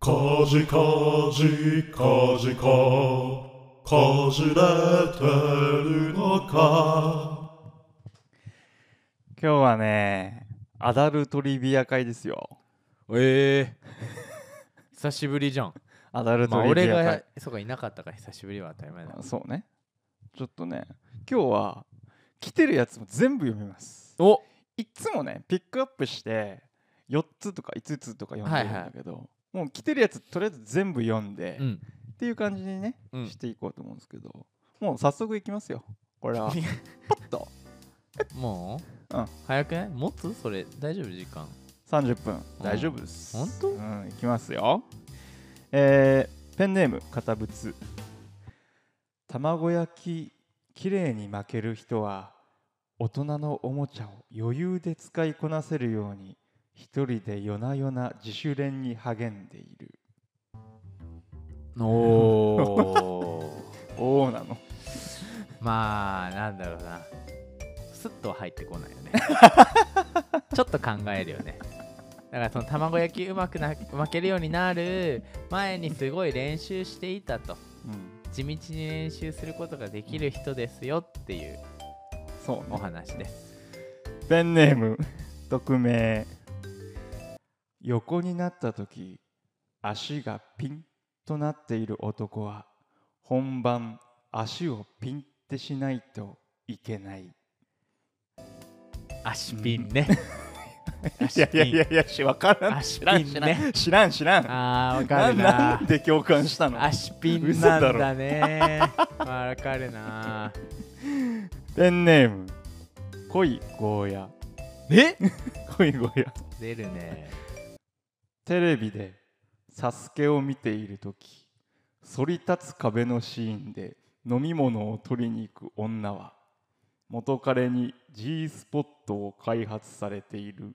かじかじかじかかじれてるのか。 今日はね、アダルトリビア会ですよ。 久しぶりじゃん。 アダルまあトリビア会。 俺がそうかいなかったから久しぶりは当たり前だ。 そうね。ちょっとね、今日は来てるやつも全部読みます。 おいつもね、ピックアップして4つとか5つとか読んでるんだけど、もう来てるやつとりあえず全部読んで、っていう感じにね、していこうと思うんですけど、もう早速いきますよ。これはパッともう、 うん、 早くない持つそれ大丈夫時間 30分大丈夫です。 本当？ いきますよ。ペンネームかたぶつ。卵焼ききれいに巻ける人は大人のおもちゃを余裕で使いこなせるように一人で夜な夜な自主練に励んでいる。おーなの。 まあなんだろうな、スッとは入ってこないよねちょっと考えるよね。だからその卵焼きうまく巻けるようになる前にすごい練習していたと、地道に練習することができる人ですよっていうお話です。 ペンネーム匿名。横になった時足がピンとなっている男は本番足をピンってしないといけない。 足ピンねいや分からん。 足ピンね。 知らんあー分かるな。 なんで共感したの。 足ピンなんだね分かるな。 ペンネーム恋ゴーヤ。恋ゴーヤ出るね。 テレビでサスケを見ているとき、反り立つ壁のシーンで飲み物を取りに行く女は元彼に G スポットを開発されている。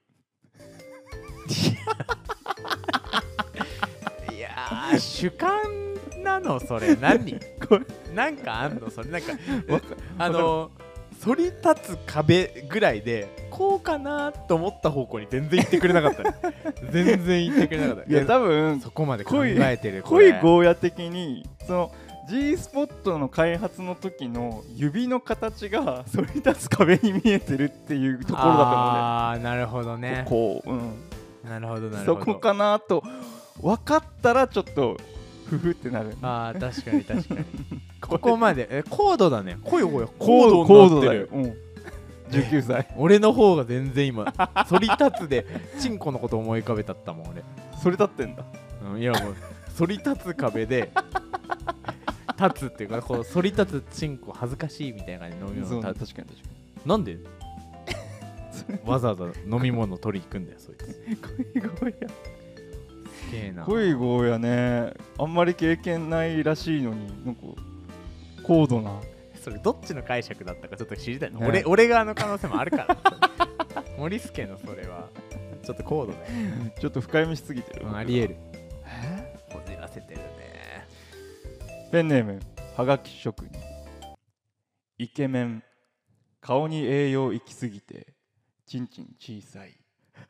いやー主観なのそれ。何なんかあんのそれ。なんか反り立つ壁ぐらいでこうかなと思った方向に全然言ってくれなかったね全然言ってくれなかった。 いや多分そこまで考えてる。 恋ゴーヤ的にその G スポットの開発の時の指の形が反り立つ壁に見えてるっていうところだと思うね。 あーなるほどね。 こう、 なるほどそこかなと分かったらちょっとふふってなる。 あー確かにここまで高度だね。恋ゴーヤ高度だよ。19歳俺の方が全然今反り立つでチンコのこと思い浮かべたったもん俺。 反り立ってんだ。 いやもう反り立つ壁で立つっていうか、こう反り立つチンコ恥ずかしいみたいな感じで飲み物立つ。 確かになんでわざわざ飲み物取りに行くんだよそいつ。 恋ゴーヤすげえな。 恋ゴーヤね、あんまり経験ないらしいのになんか高度な。 それどっちの解釈だったかちょっと知りたい、ね、俺側の可能性もあるから森助のそれはちょっと高度だよちょっと深読みしすぎてる。 ありえる。こじらせてるね。 ペンネームはがき職人。イケメン顔に栄養行きすぎてチンチン小さい。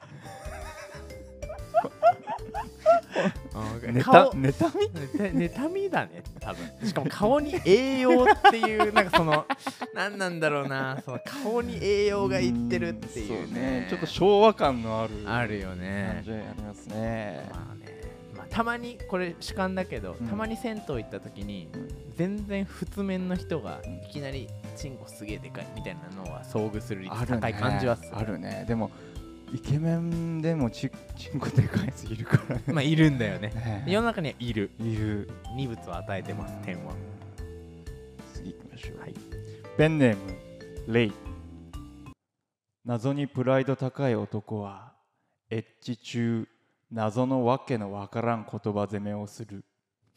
妬みだね多分。しかも顔に栄養っていうなんかその何なんだろうな、その顔に栄養がいってるっていうね。 ちょっと昭和感のあるよね。 感じありますね。 まあたまにこれ主観だけど、たまに銭湯行った時に全然普通面の人がいきなりチンコすげえでかいみたいなのは遭遇する率高い感じはする。 あるね。でもイケメンでもチンコでかいやついるからね。 まあいるんだよね。世の中にはいる。二物を与えてます。点は。 次行きましょう。ペンネームレイ。謎にプライド高い男はエッチ中謎のわけのわからん言葉攻めをする。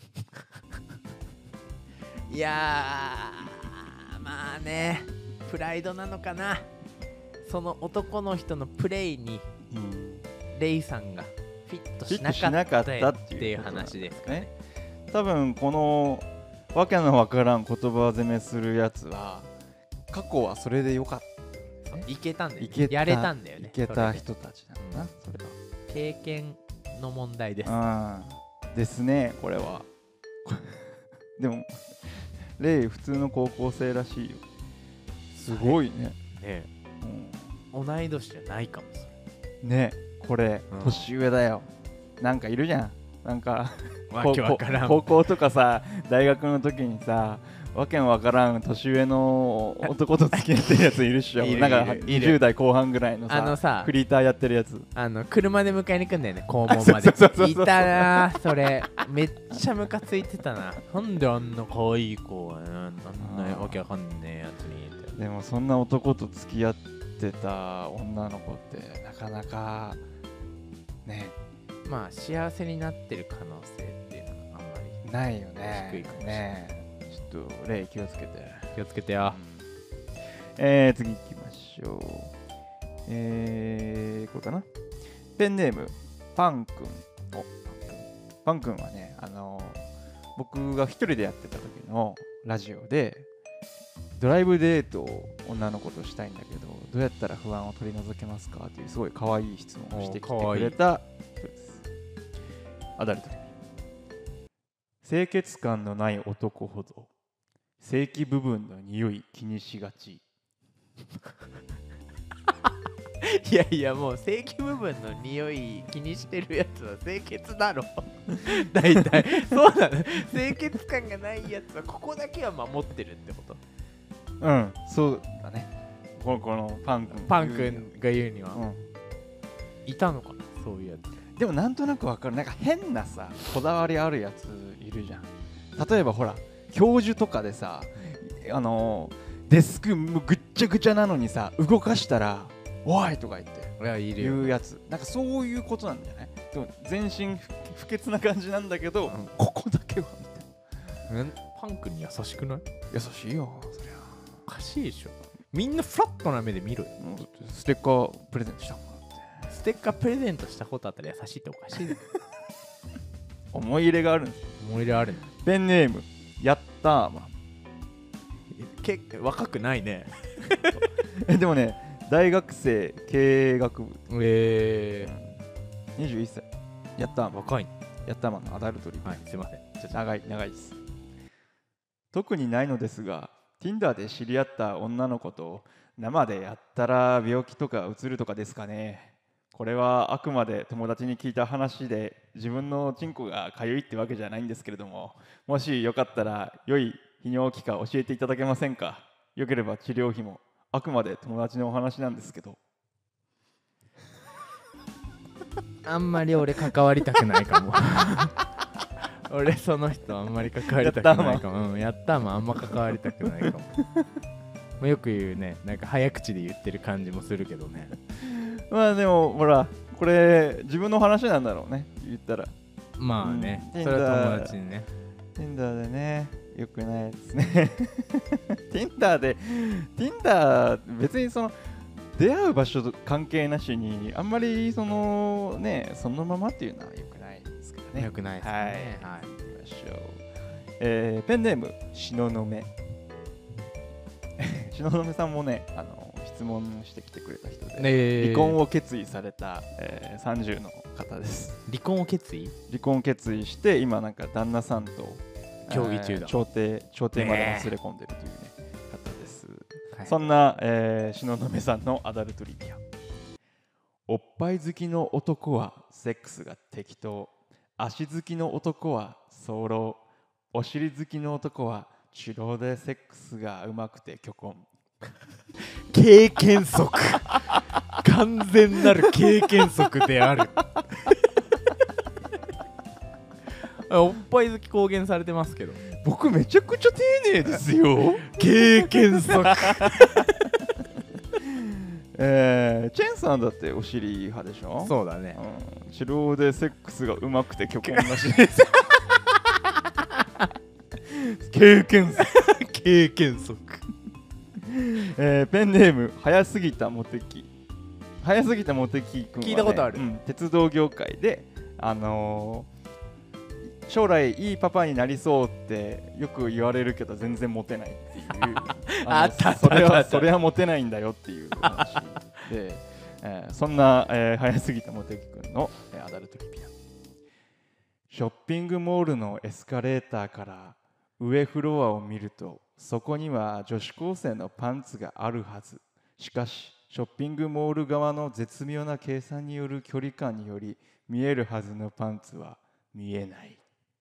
いやーまあね、プライドなのかな。その男の人のプレイに、レイさんがフィットしなかったっていう話ですかね。 多分このわけのわからん言葉攻めするやつは過去はそれでよかった、 いけたんだよね。やれたんだよね。 いけた人たちなんだな、それは。 経験の問題です。 ですねこれはでもレイ普通の高校生らしいよ。すごいね。 ねうん、 同い年じゃないかもしねこれ、 うん年上だよ。なんかいるじゃん。なんかれない。わけわからん。 高校とかさ大学の時にさわけのわからん年上の男と付き合ってるやついるっしょ。 いるなんかいるいる 20代後半ぐらいのさフリーターやってるやつ。 車で迎えに行くんだよね、校門まで。いたなー、それ。めっちゃムカついてたな。なんであんな可愛い子はあんなわけわかんねえやつにって。 でもそんな男と付き合ってた女の子ってなかなかねまあ幸せになってる可能性っていうのがあんまりないよね。 低いかもしれないねちょっと例気をつけて。 気をつけてよ。 次行きましょう。これかな。ペンネームパンくん。パンくんはね、僕が一人でやってた時のラジオでドライブデートを女の子としたいんだけどどうやったら不安を取り除けますかっていうすごい可愛い質問をしてきてくれた人です。アダルトリビ清潔感のない男ほど性器部分の匂い気にしがち。 いやいや、もう性器部分の匂い気にしてるやつは清潔だろ。大体そうなの。清潔感がないやつはここだけは守ってるってこと。 うん、そうだね。このパン君が言うには、 うん、 いたのかな、そういうやつ。 でもなんとなくわかる。なんか変なさこだわりあるやついるじゃん。例えばほら教授とかでさ、デスクぐっちゃぐちゃなのにさ動かしたらおいとか言って言うやつ。なんかそういうことなんじゃない。でも全身不潔な感じなんだけど、ここだけはみたいな。 パン君に優しくない？ 優しいよそりゃ。 おかしいでしょ。みんなフラットな目で見ろよ。 ステッカープレゼントしたもんだって。 ステッカープレゼントしたことあったら優しいっておかしいね。 思い入れがあるんです。 思い入れあるね。 ペンネームやったーま結構若くないね。 でもね大学生経営学部 21 歳やったーま若いね。 やったーまのアダルトリー。 はい、すいません。 ちょっと長いです。特にないのですが Tinder で知り合った女の子と生でやったら病気とかうつるとかですかね。これはあくまで友達に聞いた話で自分のチンコがかゆいってわけじゃないんですけれども、もしよかったら良い泌尿器科教えていただけませんか。よければ治療費も。あくまで友達のお話なんですけど。 あんまり俺関わりたくないかも。俺その人あんまり関わりたくないかも。やったーまあんま関わりたくないかも。よく言うね、なんか早口で言ってる感じもするけどね。 まあでもほらこれ自分の話なんだろうね言ったら。 まあね、それは友達にね。 Tinder でねよくないですね。Tinder 別にその出会う場所と関係なしにあんまりそのままっていうのはよくないですからね。 よくないですね。 はい、行きましょう。ペンネームしののめ。しののめさんもね質問してきてくれた人で、離婚を決意された、30の方です。 離婚を決意して今なんか旦那さんと協議中だ。 調停まで忘れ込んでるというね方です。そんな、しののめさんのアダルトリビア。おっぱい好きの男はセックスが適当、足好きの男は早漏、お尻好きの男は治療でセックスがうまくて虚婚。 経験則。完全なる経験則である。おっぱい好き公言されてますけど、 僕めちゃくちゃ丁寧ですよ。 経験則。 チェンさんだってお尻派でしょ。 そうだね。 治療でセックスがうまくて虚婚らしいです。経験則。ペンネーム早すぎたモテキ君は、ね、 聞いたことある、 鉄道業界で将来いいパパになりそうってよく言われるけど全然モテないっていうそれはモテないんだよっていう話で、そんな、早すぎたモテキ君の、アダルトリビア。 ショッピングモールのエスカレーターから上フロアを見ると、そこには女子高生のパンツがあるはず。しかしショッピングモール側の絶妙な計算による距離感により、見えるはずのパンツは見えない。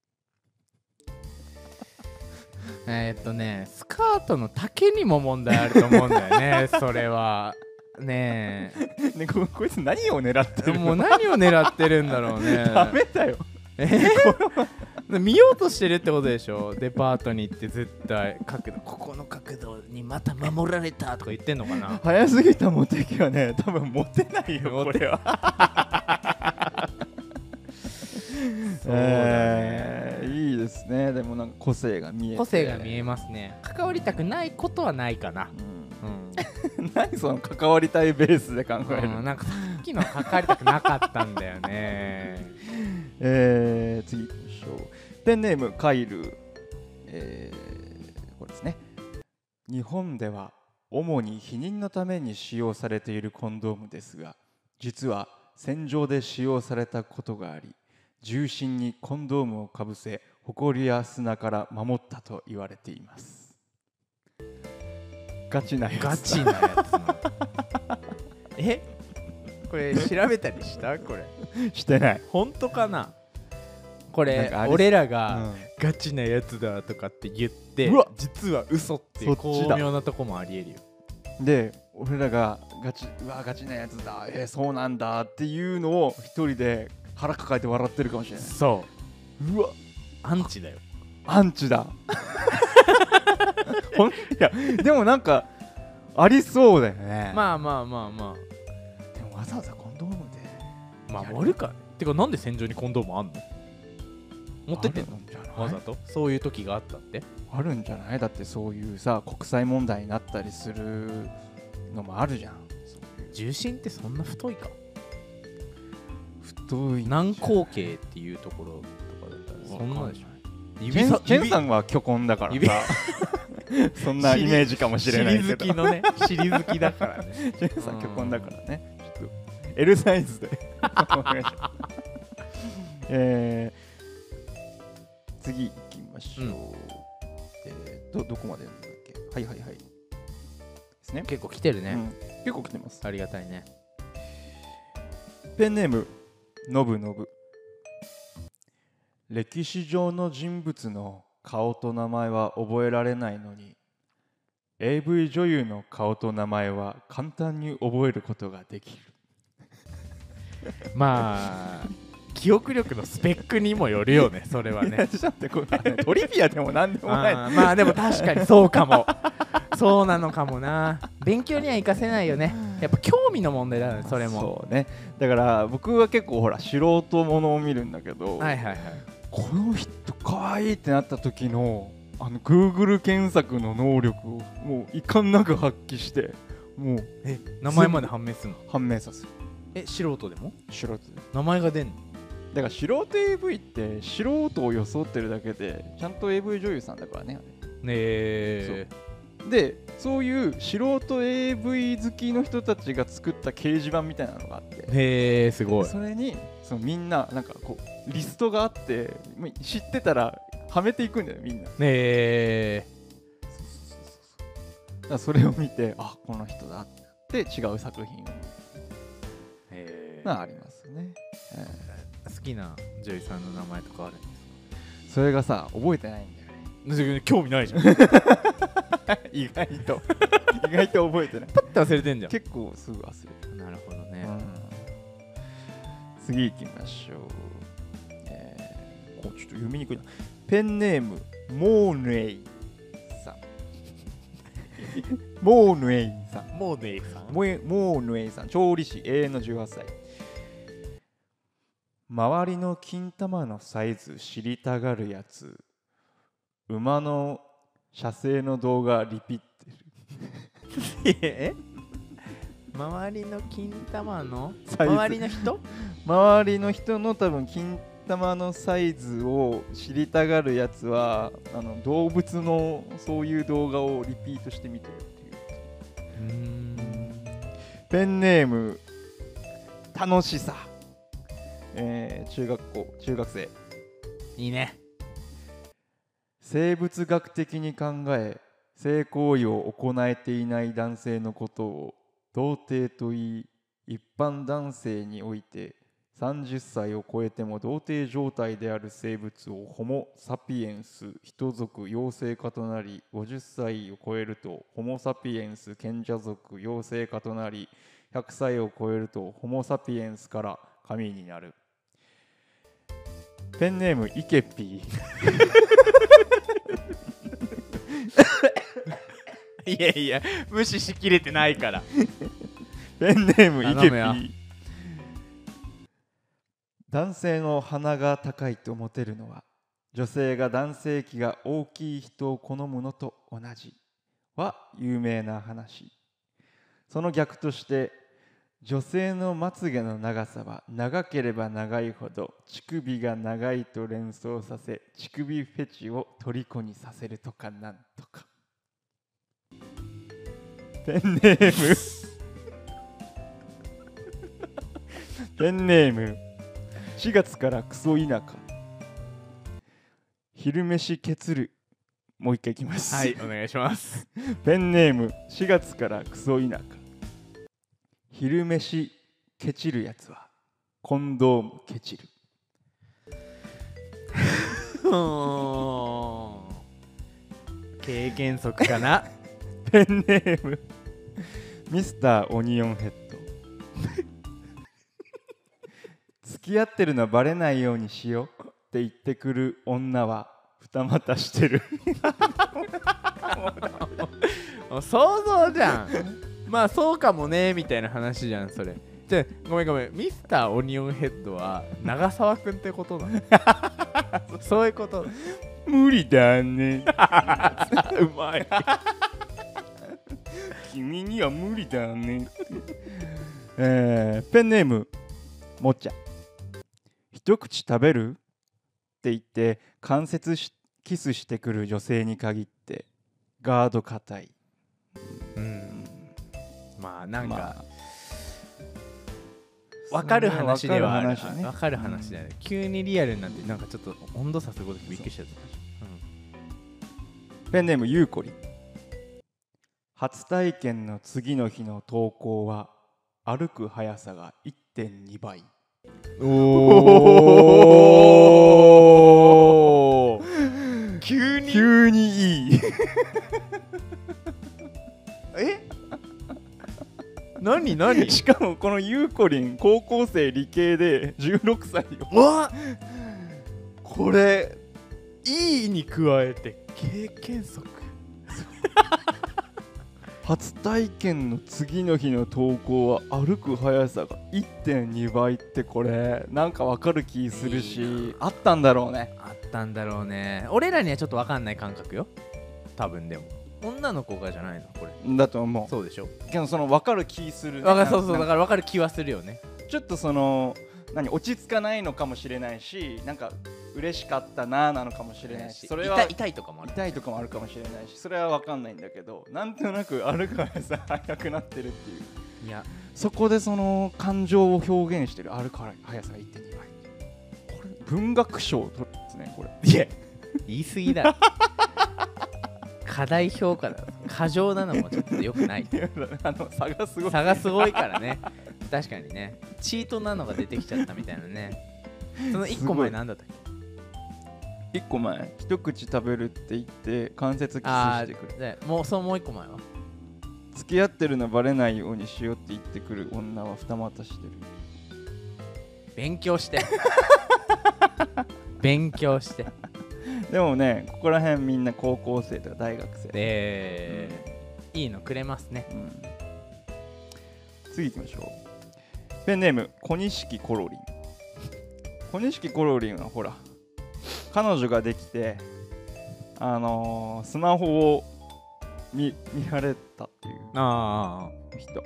スカートの丈にも問題あると思うんだよねそれはねえね、こいつ何を狙ってるの？ もう何を狙ってるんだろうねダメだよ。 見ようとしてるってことでしょ。デパートに行って絶対角度、ここの角度にまた守られたとか言ってんのかな。 早すぎたモテ期はね、多分モテないよこれは。 そうだね、 いいですね。でもなんか個性が見えて、 個性が見えますね。関わりたくないことはないかな。 何その関わりたいベースで考える、 なんかさっきの関わりたくなかったんだよね。 次行きましょう。ペンネームカイル、これですね。日本では主に避妊のために使用されているコンドームですが、実は戦場で使用されたことがあり、重心にコンドームをかぶせ、埃や砂から守ったと言われています。ガチなやつだ。 ガチなやつなこれ調べたりしたこれしてない。 本当かなこれ。俺らが、ガチなやつだとかって言って、実は嘘っていう巧妙なとこもありえるよ。 で俺らがガチなやつだ、そうなんだっていうのを一人で腹抱えて笑ってるかもしれない。 そう、 うわ、 アンチだよ。 アンチだいやでもなんかありそうだよね。 まあでもわざわざコンドームで守るかってか、なんで戦場にコンドームあんの？持ってってんの？わざとそういう時があったってあるんじゃない？だってそういうさ、国際問題になったりするのもあるじゃん。 重心ってそんな太いか？ 太い。 軟口径っていうところとかだったらそんなでしょ。 チェンさんは巨根だからさそんなイメージかもしれないけど、 尻好きのね、尻好きだからねチェンさん巨根だからね、ちょっと L サイズで次行きましょう。どこまでやるんだっけ？はいですね。 結構来てるね、 結構来てます。 ありがたいね。 ペンネームのぶのぶ。歴史上の人物の顔と名前は覚えられないのに、 AV 女優の顔と名前は簡単に覚えることができる。 まあ記憶力のスペックにもよるよねそれはねトリビアでもなんでもない。 まあでも確かにそうかもそうなのかもな。勉強には活かせないよね。やっぱ興味の問題だね、それも。 そうね。だから僕は結構ほら素人ものを見るんだけど、この人かわいいってなった時のGoogle 検索の能力をもう遺憾なく発揮して、もう名前まで判明するの？ 判明させる。 素人でも？ 素人で名前が出んの？ だから素人 AV って素人を装ってるだけでちゃんと AV 女優さんだからね。でそういう素人 AV 好きの人たちが作った掲示板みたいなのがあって、 すごい。 それにみんななんかこうリストがあって、知ってたらはめていくんだよみんな。だからそれを見て、あ、この人だって違う作品をありますね。 好きな女優さんの名前とかあるんですか？ それがさ、覚えてないんだよね。 興味ないじゃん意外と覚えてない。 パッて忘れてんじゃん。 結構すぐ忘れる。 なるほどね。 次行きましょう。ちょっと読みにくいな。ペンネームモーネイさん。モーネイさん、調理師、永遠の18歳。周りの金玉のサイズ知りたがるやつ、馬の射精の動画リピってる。 周りの金玉のサイズ、 周りの人の多分金玉のサイズを知りたがるやつは動物のそういう動画をリピートしてみてるっていう。ペンネーム楽しさ。中学生。 いいね。 生物学的に考え性行為を行えていない男性のことを童貞と言い、一般男性において30歳を超えても童貞状態である生物をホモ・サピエンス人属陽性化となり、50歳を超えるとホモ・サピエンス賢者属陽性化となり、100歳を超えるとホモ・サピエンスから神になる。ペンネームイケピーいやいや、無視しきれてないから。 ペンネームイケピ頼むよー。男性の鼻が高いとモテるのは女性が男性器が大きい人を好むのと同じは有名な話。その逆として女性のまつげの長さは長ければ長いほど乳首が長いと連想させ、乳首フェチを虜にさせるとかなんとか。ペンネームペンネーム4月からクソ田舎。昼飯ケツる。もう一回いきます。 はい、お願いします。 ペンネーム4月からクソ田舎。昼飯ケチるやつはコンドームケチる。 経験則かな。 ペンネームミスターオニオンヘッド。付き合ってるのバレないようにしようって言ってくる女は二股してる。 想像じゃん。まあそうかもねみたいな話じゃんそれ。じゃあごめんごめん、ミスターオニオンヘッドは長澤くんってことなの？そういうこと。 無理だね。 うまい。 君には無理だね。ペンネームもっちゃ。一口食べるって言って関節キスしてくる女性に限ってガード硬い。 まあなんか、 まあ分かる話ではある。 分かる話だよね。急にリアルになってなんかちょっと温度差すごくてびっくりしちゃった。 ペンネームゆうこり。初体験の次の日の投稿は歩く速さが 1.2 倍。 おー急にいい。 え何しかもこのゆうこりん高校生理系で16歳よ。 わこれいいに加えて経験則。 初体験の次の日の投稿は歩く速さが 1.2 倍ってこれなんかわかる気するし、あったんだろうね。 あったんだろうね。俺らにはちょっとわかんない感覚よ多分。でも女の子がじゃないのこれ。 だと思う。 そうでしょ。 けどその分かる気する、ね、 そうだから分かる気はするよね。 ちょっとその落ち着かないのかもしれないし、なんか嬉しかったなのかもしれないし、それは痛いとかもある。 痛いとかもあるかもしれないし、それは分かんないんだけど、なんとなく歩く速さ速くなってるっていう。 いやそこでその感情を表現してる歩く速さが 1.2 倍。これ文学賞を取るんですねこれ。 いや言い過ぎだ。過大評価だ。過剰なのもちょっと良くない。 差がすごい。 差がすごいからね。確かにね。チートなのが出てきちゃったみたいなね。その1個前なんだったっけ ？1個前、一口食べるって言って関節キスしてくる。 でもう1個前は付き合ってるのバレないようにしようって言ってくる女は二股してる。 勉強して。勉強して。 でもね、ここら辺みんな高校生とか大学生いいのくれますね、 次行きましょう。ペンネーム小錦コロリン。小錦コロリンはほら彼女ができてスマホを見られたっていう人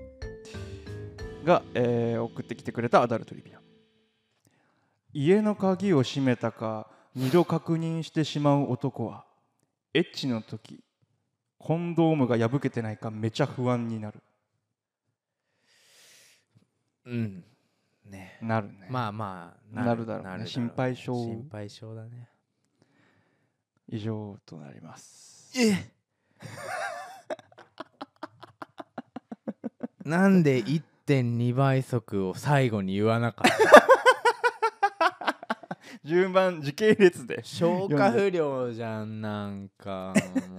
が、送ってきてくれたアダルトリビア。家の鍵を閉めたか2度確認してしまう男はエッチの時コンドームが破けてないかめちゃ不安になる。 ね。 なるね。 まあまあなるだろうね。心配性心配性だね。 以上となります。 なんで 1.2 倍速を最後に言わなかった？ 順番時系列で消化不良じゃん、なんか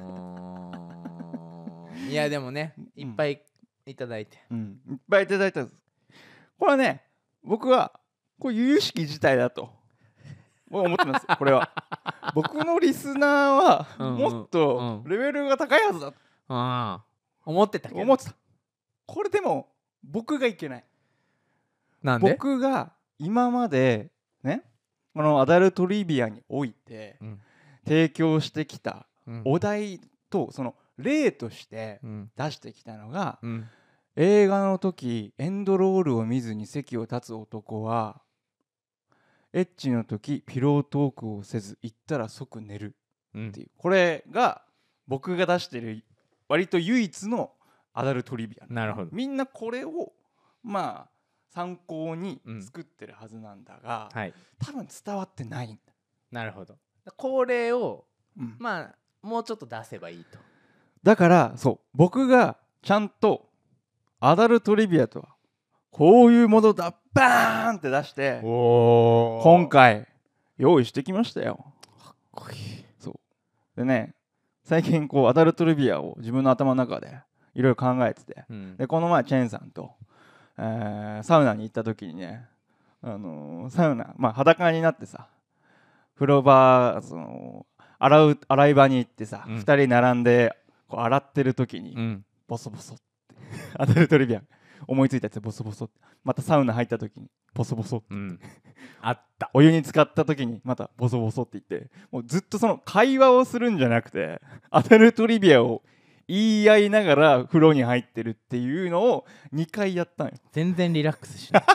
もういやでもね、いっぱいいただいて、 いっぱいいただいたんです。これはね、僕はこれ由々しき事態だと思ってます。これは僕のリスナーはもっとレベルが高いはずだと思ってたけど、 思ってた。これでも僕がいけない。 なんで？ 僕が今までね、このアダルトリビアにおいて提供してきたお題とその例として出してきたのが、映画の時エンドロールを見ずに席を立つ男はエッチの時ピロートークをせず行ったら即寝るっていう、これが僕が出してる割と唯一のアダルトリビア。 なるほど。 みんなこれをまあ参考に作ってるはずなんだが、多分伝わってないんだ。 なるほど。これを、まあもうちょっと出せばいいと。 だからそう僕がちゃんとアダルトリビアとはこういうものだバーンって出して今回用意してきましたよ。 かっこいい。 そうでね、最近こうアダルトリビアを自分の頭の中でいろいろ考えてて、でこの前チェンさんと、サウナに行った時にね、サウナ、裸になってさ、風呂場その洗い場に行ってさ、2人並んでこう洗ってる時に、ボソボソってアダルトリビア思いついたやつボソボソって、またサウナ入った時にボソボソって、 あった。 お湯に浸かった時にまたボソボソって言って、もうずっとその会話をするんじゃなくてアダルトリビアを言い合いながら風呂に入ってるっていうのを2回やったんよ。 全然リラックスしない。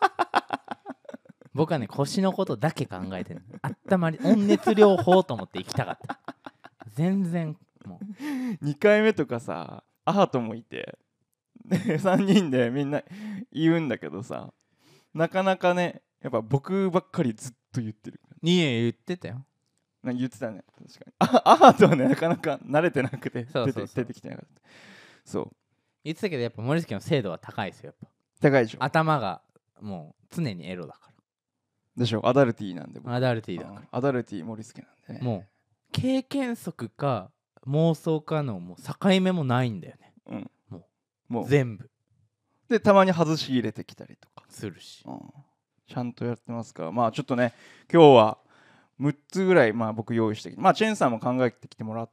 僕はね、腰のことだけ考えてる。温まり温熱療法と思って行きたかった。全然もう2回目とかさ、アハトもいて3人でみんな言うんだけどさ、なかなかね、やっぱ僕ばっかりずっと言ってる。 言ってたよ。 言ってたね、確かに。アハトはね、なかなか慣れてなくて出てきてなかった。そう言ってたけど、やっぱ森月の精度は高いですよ。やっぱ高いでしょ。 頭がもう常にエロだからでしょ。アダルティーなんで。 アダルティーだから。 アダルティー森助なんでね。 もう経験則か妄想かのもう境目もないんだよね。もう全部で、たまに外し入れてきたりとかするし、 ちゃんとやってますから、まあちょっとね、今日は6つぐらい僕用意してきて、チェンさんも考えてきてもらって、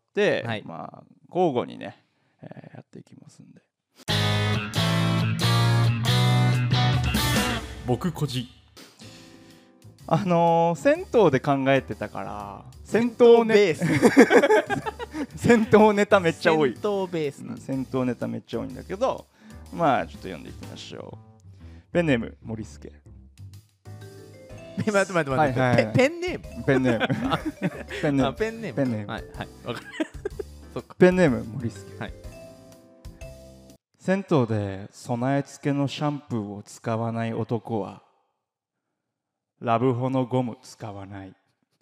交互にね、やっていきますんで。 僕個人銭湯で考えてたから銭湯ベース銭湯ネタめっちゃ多い。 銭湯ベースな銭湯ネタめっちゃ多いんだけど、ちょっと読んでいきましょう。ペンネーム森助。 待って、ペンネームペンネームペンネームペンネームはいわかるペンネーム森助。銭湯で備え付けのシャンプーを使わない男はラブホのゴム使わない。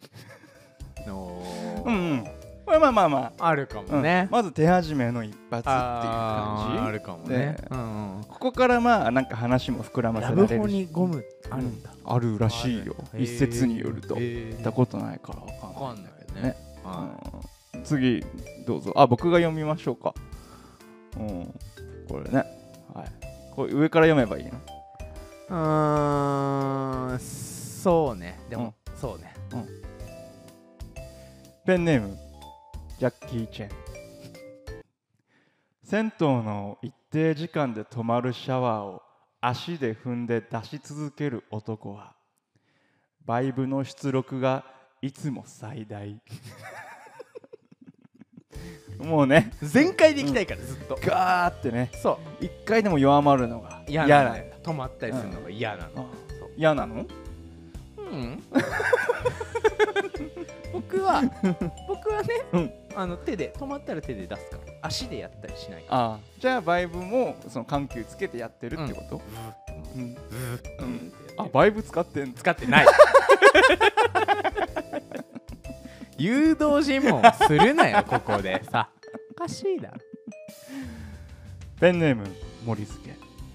これあるかもね。 まず手始めの一発っていう感じ。 あるかもね。 ここからなんか話も膨らませられるし。 ラブホにゴムあるんだ。 あるらしいよ。一説によると。行ったことないからわかんないけどね。次どうぞ。僕が読みましょうか。これね。これ上から読めばいいの？ そうね。でもそうね。 ペンネームジャッキー・チェン。銭湯の一定時間で止まるシャワーを足で踏んで出し続ける男はバイブの出力がいつも最大。もうね、 全開でいきたいからずっとガーってね。 そう一回でも弱まるのが嫌なんだ。 止まったりするのが嫌なの。 嫌なの？ 僕はね、手で止まったら手で出すから足でやったりしないから。 じゃあバイブもその緩急つけてやってるってこと？ ってる。 バイブ使ってんの？ 使ってない誘導尋問するなよここでさ、おかしいだろ。 ペンネーム森助。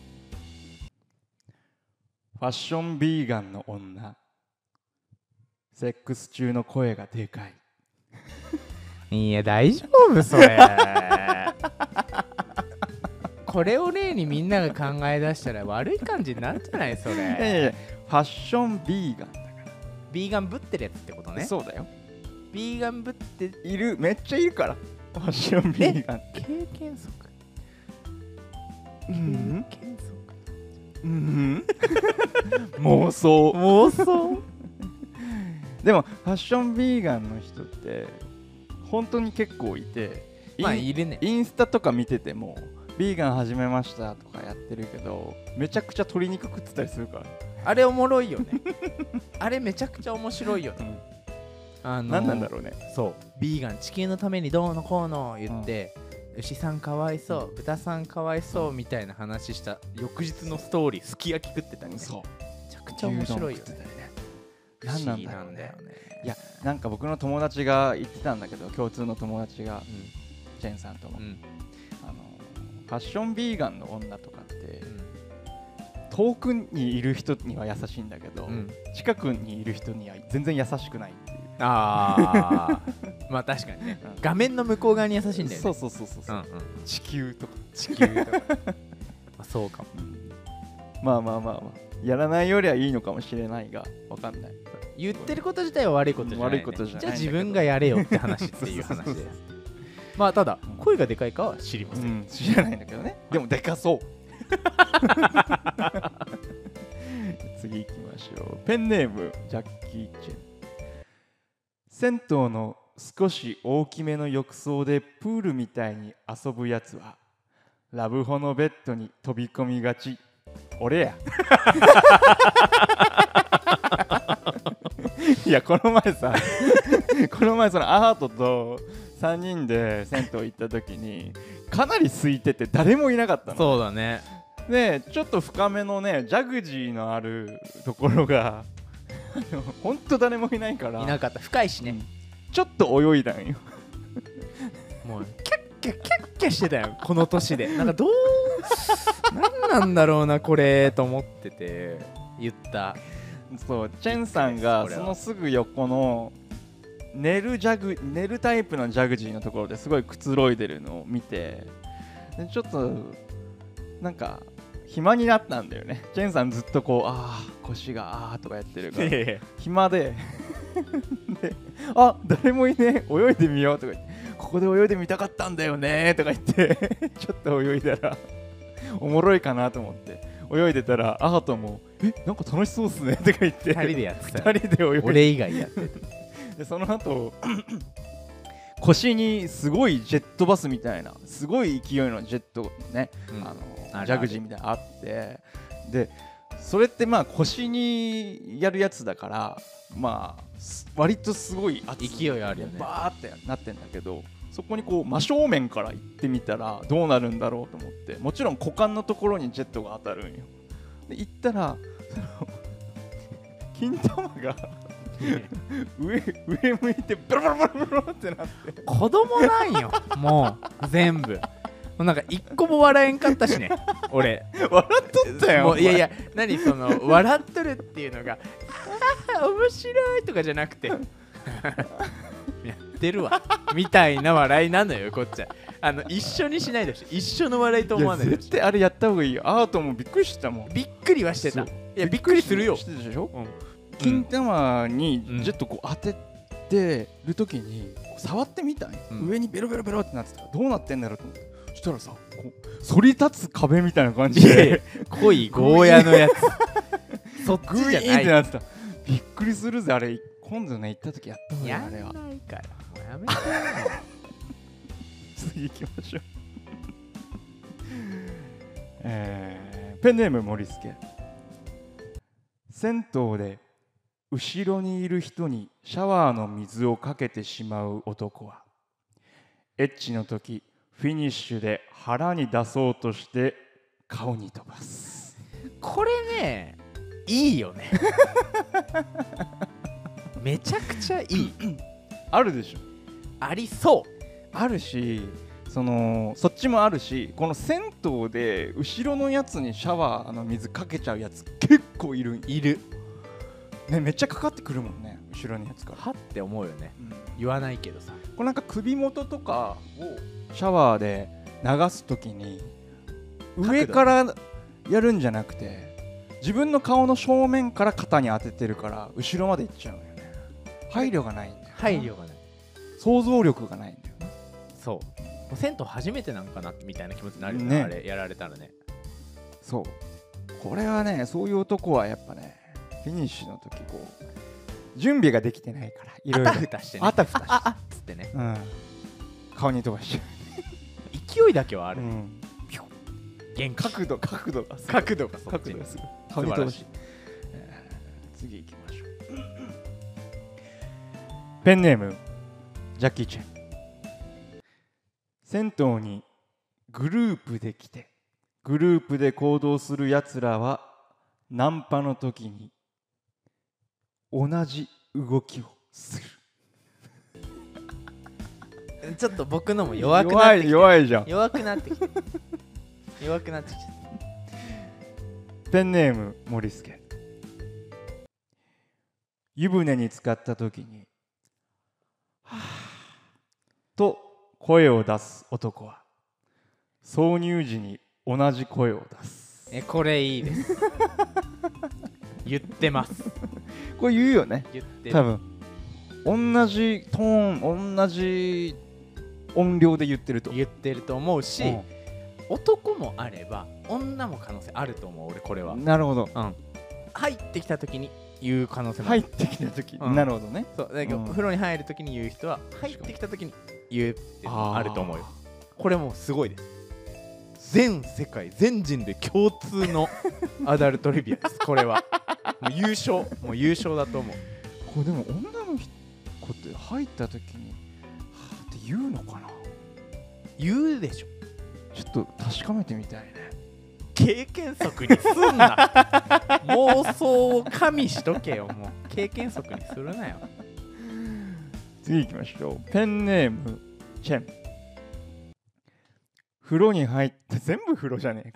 ファッションビーガンの女、セックス中の声がでかい。 いや大丈夫それこれを例にみんなが考え出したら悪い感じになるんじゃないそれ。 いやいや、ファッションビーガンだかビーガンぶってるやつってことら、 ね。 そうだよ。 ビーガンぶっている、めっちゃいるから、ファッションビーガン。 経験則うん経験則うん妄想。 妄想でもファッションビーガンの人って本当に結構いて、 まあいるね。 インスタとか見ててもビーガン始めましたとかやってるけど、めちゃくちゃ鶏肉食ってたりするから。 あれおもろいよねあれめちゃくちゃ面白いよね。 何なんだろうね。 そうビーガン地球のためにどうのこうの言って、牛さんかわいそう豚さんかわいそうみたいな話した翌日のストーリーすき焼き食ってたりね。 そう、 めちゃくちゃ面白いよね。 何なんだろうね。いや、なんか僕の友達が言ってたんだけど、共通の友達が、ジェンさんとも、ファッションビーガンの女とかって、遠くにいる人には優しいんだけど、近くにいる人には全然優しくないっていう。 あまあ確かにね、画面の向こう側に優しいんだよね。 そうそうそうそう、地球とかそうかも。 まあまあまあまあ、やらないよりはいいのかもしれないが、わかんない。 言ってること自体は悪いことじゃない、ね、 悪いことじゃない。 じゃあ自分がやれよって話っていう話ですまあただ声がでかいかは知りません、 知らないんだけどね。でもでかそう次行きましょう。ペンネームジャッキー・チェン。銭湯の少し大きめの浴槽でプールみたいに遊ぶやつはラブホのベッドに飛び込みがち。俺やいや、この前そのアートと3人で銭湯行った時にかなり空いてて誰もいなかったの。 そうだね。 でちょっと深めのねジャグジーのあるところがほんと誰もいないから、 いなかった。深いしね、 ちょっと泳いだんよもうキャッキャッキャッキャしてたよこの年で。なんか何なんだろうなこれと思ってて言った。 そう、チェンさんがそのすぐ横の寝るタイプのジャグジーのところですごいくつろいでるのを見て、でちょっとなんか暇になったんだよね。チェンさんずっとこう腰がとかやってるから暇でで誰もいねえ、泳いでみようとか言って、ここで泳いでみたかったんだよねとか言ってちょっと泳いだらおもろいかなと思って泳いでたら、アハトもなんか楽しそうっすねとか言って 2人でやってた。 2人で泳いで、 俺以外やってでその後腰にすごいジェットバスみたいなすごい勢いのジェットね、ジャグジーみたいなのあって、でそれってまあ腰にやるやつだからまあ割とすごい圧勢いあるよね。 バーってなってんだけど、そこにこう真正面から行ってみたらどうなるんだろうと思って、もちろん股間のところにジェットが当たるんよ。で行ったら金玉が上向いてブロブロブロブロってなって、 子供なんよもう全部。もうなんか一個も笑えんかったしね俺。 笑っとったよ。 もういやいや、何その笑っとるっていうのが面白いとかじゃなくてやってるわみたいな笑いなのよこっちは。一緒にしないでほしい。一緒の笑いと思わないでほしい。 絶対あれやった方がいいよ。アートもびっくりしたもん。 びっくりはしてた。いやびっくりするよ。 してたでしょ、金玉にジェットこう当ててる時に触ってみたい、上にベロベロベロってなってたからどうなってんだろうと思って、そしたらさ、こう反り立つ壁みたいな感じで濃いゴーヤのやつそっちじゃない。 ってなってた。びっくりするぜあれ。今度ね行った時やった方がいい。 やあれはんないからもうやめて次行きましょうペンネーム森助。銭湯で後ろにいる人にシャワーの水をかけてしまう男はエッチの時フィニッシュで腹に出そうとして顔に飛ばす。 これねいいよねめちゃくちゃいいあるでしょ。 ありそうあるし、そっちもあるし、この銭湯で後ろのやつにシャワーの水かけちゃうやつ結構いるね。めっちゃかかってくるもんね、後ろのやつから。 はって思うよね。 うん、 言わないけどさ、 これなんか首元とかをシャワーで流すときに上からやるんじゃなくて、自分の顔の正面から肩に当ててるから後ろまでいっちゃうのよね。配慮がないんだよ。 配慮がない。 想像力がないんだよね。 そう、もう銭湯初めてなんかなみたいな気持ちになるよね、 ねあれやられたらね。 そうこれはね、そういう男はやっぱね、フィニッシュの時こう準備ができてないから、いろいろあたふたしてね、 あたふたしてあっつってね、 うん、顔に飛ばしちゃ勢いだけはあう、 る、 うん、 元気角度がすごい角度がそっちに角度がすごい顔に飛ばし素晴らしい。 次行きましょう。ペンネームジャッキー・チェン。銭湯にグループで来てグループで行動するやつらはナンパの時に同じ動きをする。 ちょっと僕のも弱くなってきて弱いじゃん。 弱くなってきて弱くなってきてペンネームモリスケ。湯船に浸かった時にはぁと声を出す男は挿入時に同じ声を出す。 これいいです言ってますこれ言うよね、 言ってる多分。同じトーン、同じ音量で言ってると。 言ってると思うし、男もあれば女も可能性あると思う俺これは。 なるほど。 入ってきた時に言う可能性もある。 入ってきた時、なるほどね。 そうだけど、風呂に入る時に言う人は入ってきた時に言うっていうのもあると思うよ。これもうすごいです。全世界全人類共通のアダルトリビアですこれは。もう優勝だと思う。 これでも女の子って入った時にはぁって言うのかな。 言うでしょ。 ちょっと確かめてみたいね。 経験則にすんな妄想を加味しとけよ。もう経験則にするなよ。 次行きましょう。ペンネームチェン。風呂に入って全部風呂じゃねえ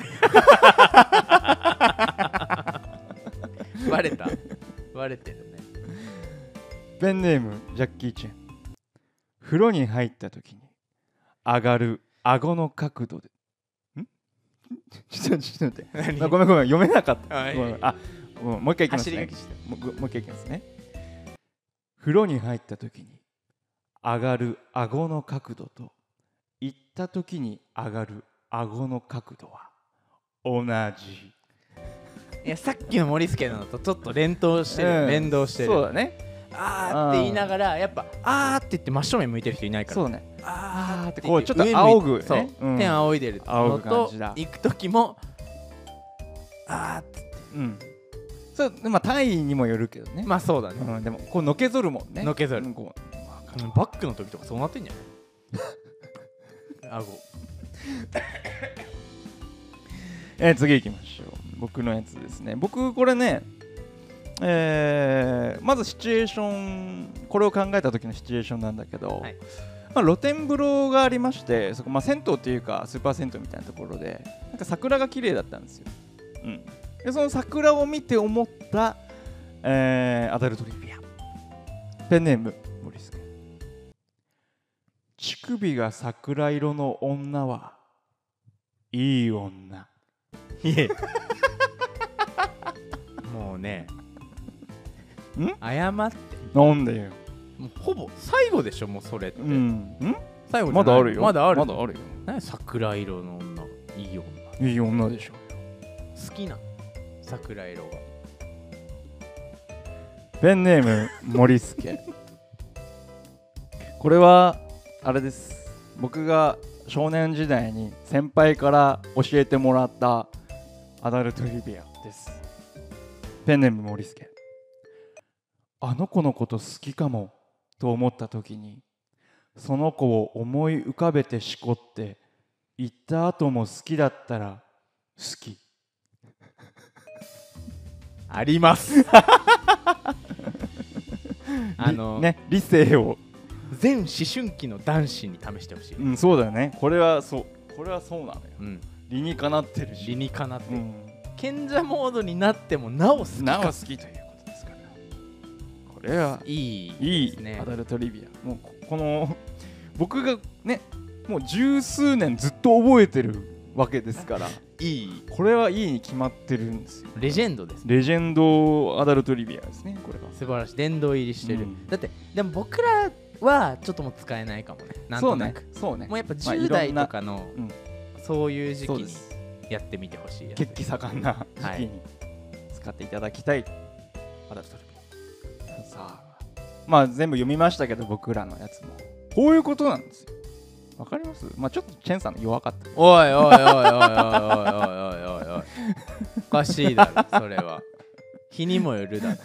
かバレたバレてるね。 ペンネームジャッキー・チェン。風呂に入った時に上がる顎の角度でちょっと待って、ごめん読めなかった。もう一回いきますね。もう一回いきますね。風呂に入った時に上がる顎の角度と行った時に上がる顎の角度は同じ。 いやさっきの森助のとちょっと連動してる、連動してる。 そうだね。 あーって言いながらやっぱあーって言って真正面向いてる人いないから。 そうね。 あーってこうちょっと仰ぐね。 そう、天仰いでるのと行く時もあーって。 それまあ単位にもよるけどね。 まあそうだね。 でもこうのけぞるもんね。 のけぞる。バックの時とかそうなってんじゃない？顎。 次行きましょう。僕のやつですね。僕これね、まずシチュエーション、これを考えた時のシチュエーションなんだけど、露天風呂がありまして、そこ銭湯っていうかスーパー銭湯みたいなところでなんか桜が綺麗だったんですよ。でその桜を見て思った、アダルトリビア。ペンネームモリスケ。乳首が桜色の女はいい女。 もうね謝ってなんでよ。 もうほぼ最後でしょもうそれって。最後まだあるよ。 まだあるよ。 何桜色の女いい女。いい女でしょ。 好きな桜色が。 ペンネームモリスケ。これはあれです。僕が少年時代に先輩から教えてもらったアダルトリビアです。ペンネームモリスケ。あの子のこと好きかもと思った時にその子を思い浮かべてしこって言った後も好きだったら好き。 あります理性を、 全思春期の男子に試してほしい、 うん、そうだよね。これはそうなのよ、 うん、 理にかなってるし、 理にかなってる、 うん、 賢者モードになってもなお好きなお好きということですから、これはいいですね。アダルトリビア、もうこの僕がねもう十数年ずっと覚えてるわけですからこれはいいに決まってるんですよ。 レジェンドです、 レジェンドアダルトリビアですね。これは素晴らしい、殿堂入りしてる、だってでも僕らはちょっともう使えないかもね、なんとなくそうねもうやっぱ10代とかの、そういう時期にやってみてほしいやつ、 血気盛んな時期に使っていただきたい、アダルトリビア。さあ全部読みましたけど、僕らのやつもこういうことなんですよ。わかります？ちょっとチェンさんの弱かった。 おいおかしいだろそれは。日にもよるだろ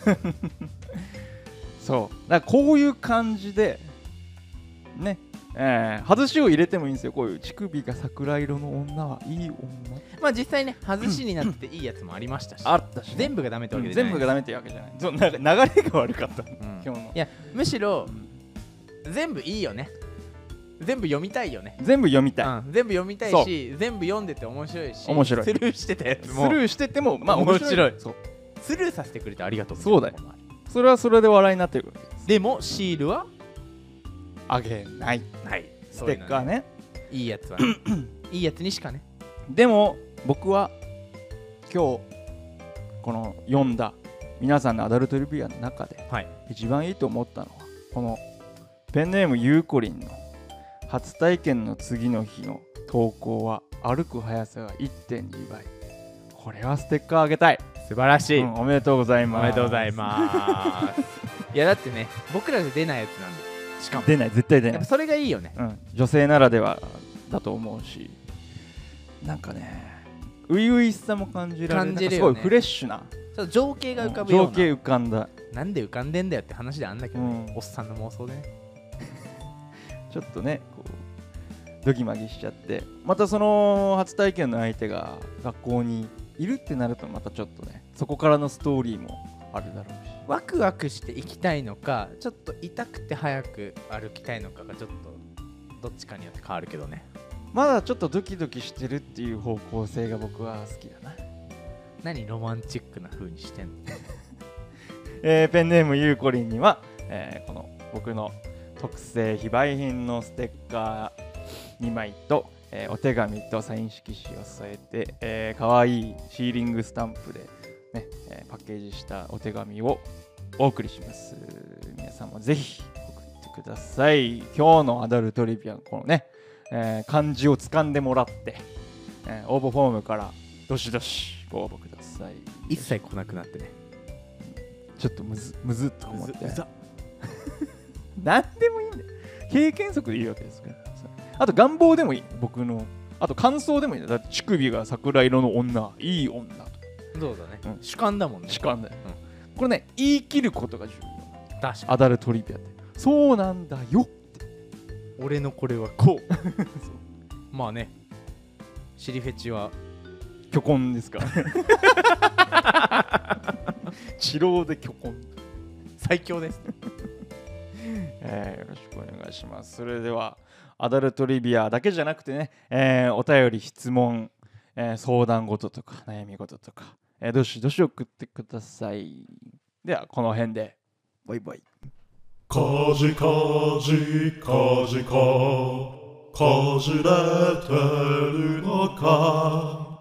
そうだからこういう感じでね、外しを入れてもいいんですよ。こういう乳首が桜色の女はいい女。 実際ね外しになっていいやつもありましたし、 あったし、 全部がダメってわけじゃない、 全部がダメってわけじゃない。流れが悪かった、今日の。 いやむしろ、全部いいよね。全部読みたいよね。 全部読みたい、 全部読みたいし、全部読んでて面白いし、スルーしてたやつもスルーしてても面白い。 そうスルーさせてくれてありがとう。 そうだよ。それはそれで笑いになってるわけです。 でもシールはあげない。ステッカーね。 いいやつは、いいやつにしかね。 でも僕は今日この読んだ皆さんのアダルトリビアの中で、一番いいと思ったのはこのペンネームゆうこりんの初体験の次の日の投稿は歩く速さが 1.2 倍。これはステッカーあげたい。 素晴らしい、 おめでとうございます。 おめでとうございますいやだってね、僕らで出ないやつなんで、しかも出ない、絶対出ない。 それがいいよね、 女性ならではだと思うし、なんかね初々しさも感じられる、すごいフレッシュなちょっと情景が浮かぶような、 情景浮かんだ。 なんで浮かんでんだよって話であんだけど、おっさんの妄想でねちょっとねこうドギマギしちゃって、またその初体験の相手が学校にいるってなるとまたちょっとねそこからのストーリーもあるだろうし、 ワクワクしていきたいのか、ちょっと痛くて早く歩きたいのかがちょっとどっちかによって変わるけどね。 まだちょっとドキドキしてるっていう方向性が僕は好きだな。 何ロマンチックな風にしてんのペンネームゆうこりんには、この僕の特製非売品のステッカー2枚と、お手紙とサイン色紙を添えて、かわいいシーリングスタンプで、ねパッケージしたお手紙をお送りします。皆さんもぜひ送ってください。今日のアダルトリビアのこのね、漢字を掴んでもらって、応募フォームからどしどしご応募ください。 一切来なくなってね、 ちょっとむずっと思って何でもいいんだよ。経験則でいいわけですから。あと願望でもいい、僕の。あと感想でもいいんだよ。だって乳首が桜色の女、いい女と。 そうだね、主観だもんね。 主観だよ、これね言い切ることが重要。 確かにアダルトリビアってそうなんだよって、 俺のこれはこうそうまあね、尻フェチは虚婚ですから治療で虚婚最強ですよろしくお願いします。それではアダルトリビアだけじゃなくてね、お便り質問、相談事とか悩み事とか、どしどし送ってください。ではこの辺でバイバイ。 かじかじかじかかじれてるのか